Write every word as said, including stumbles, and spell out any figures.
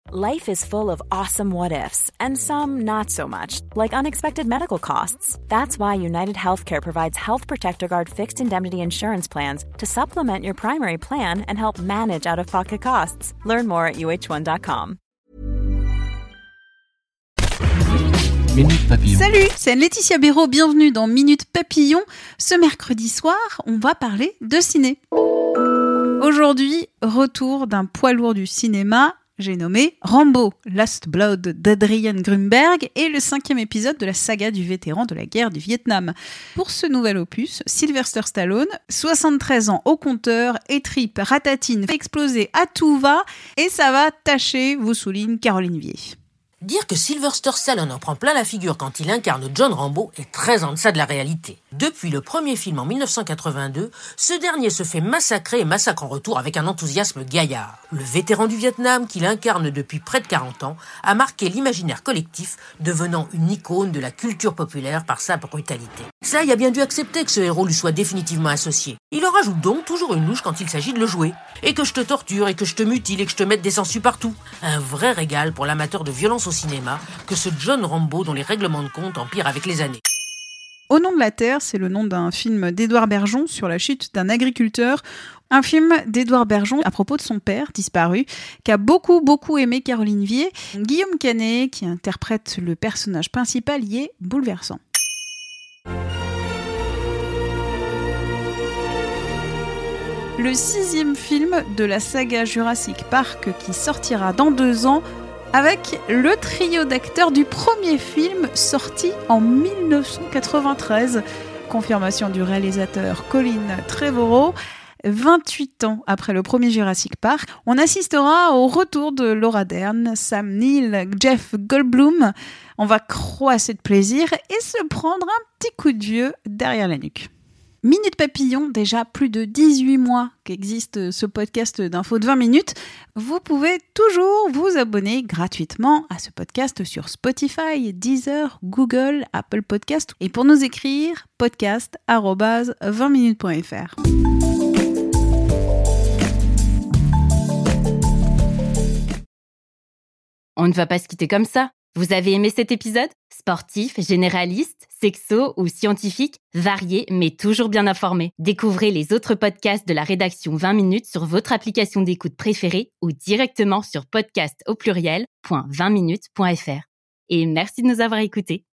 Life is full of awesome what-ifs, and some not so much, like unexpected medical costs. That's why United Healthcare provides Health Protector Guard fixed indemnity insurance plans to supplement your primary plan and help manage out-of-pocket costs. Learn more at U H one dot com. Minute Papillon. Salut, c'est Laetitia Béraud, bienvenue dans Minute Papillon. Ce mercredi soir, on va parler de ciné. Aujourd'hui, retour d'un poids lourd du cinéma, j'ai nommé Rambo, Last Blood d'Adrian Grunberg et le cinquième épisode de la saga du vétéran de la guerre du Vietnam. Pour ce nouvel opus, Sylvester Stallone, soixante-treize ans au compteur, étripe, ratatine, fait exploser à tout va et ça va tâcher, vous souligne Caroline Vier. Dire que Sylvester Stallone en prend plein la figure quand il incarne John Rambo est très en deçà de la réalité. Depuis le premier film en dix-neuf cent quatre-vingt-deux, ce dernier se fait massacrer et massacre en retour avec un enthousiasme gaillard. Le vétéran du Vietnam, qu'il incarne depuis près de quarante ans, a marqué l'imaginaire collectif, devenant une icône de la culture populaire par sa brutalité. Ça, il a bien dû accepter que ce héros lui soit définitivement associé. Il en rajoute donc toujours une louche quand il s'agit de le jouer. Et que je te torture, et que je te mutile, et que je te mette des sangsues partout. Un vrai régal pour l'amateur de violence au cinéma que ce John Rambo dont les règlements de compte empirent avec les années. Au nom de la Terre, c'est le nom d'un film d'Édouard Bergeon sur la chute d'un agriculteur. Un film d'Édouard Bergeon à propos de son père, disparu, qu'a beaucoup, beaucoup aimé Caroline Vier. Guillaume Canet, qui interprète le personnage principal, y est bouleversant. Le sixième film de la saga Jurassic Park qui sortira dans deux ans avec le trio d'acteurs du premier film sorti en dix-neuf cent quatre-vingt-treize. Confirmation du réalisateur Colin Trevorrow. vingt-huit ans après le premier Jurassic Park, on assistera au retour de Laura Dern, Sam Neill, Jeff Goldblum. On va croasser de plaisir et se prendre un petit coup de vieux derrière la nuque. Minute Papillon, déjà plus de dix-huit mois qu'existe ce podcast d'infos de vingt minutes. Vous pouvez toujours vous abonner gratuitement à ce podcast sur Spotify, Deezer, Google, Apple Podcast. Et pour nous écrire, podcast arobase vingt minutes point f r. On ne va pas se quitter comme ça. Vous avez aimé cet épisode ? Sportif, généraliste, sexo ou scientifique, varié mais toujours bien informé. Découvrez les autres podcasts de la rédaction vingt minutes sur votre application d'écoute préférée ou directement sur podcast au pluriel point vingt minutes point f r. Et merci de nous avoir écoutés.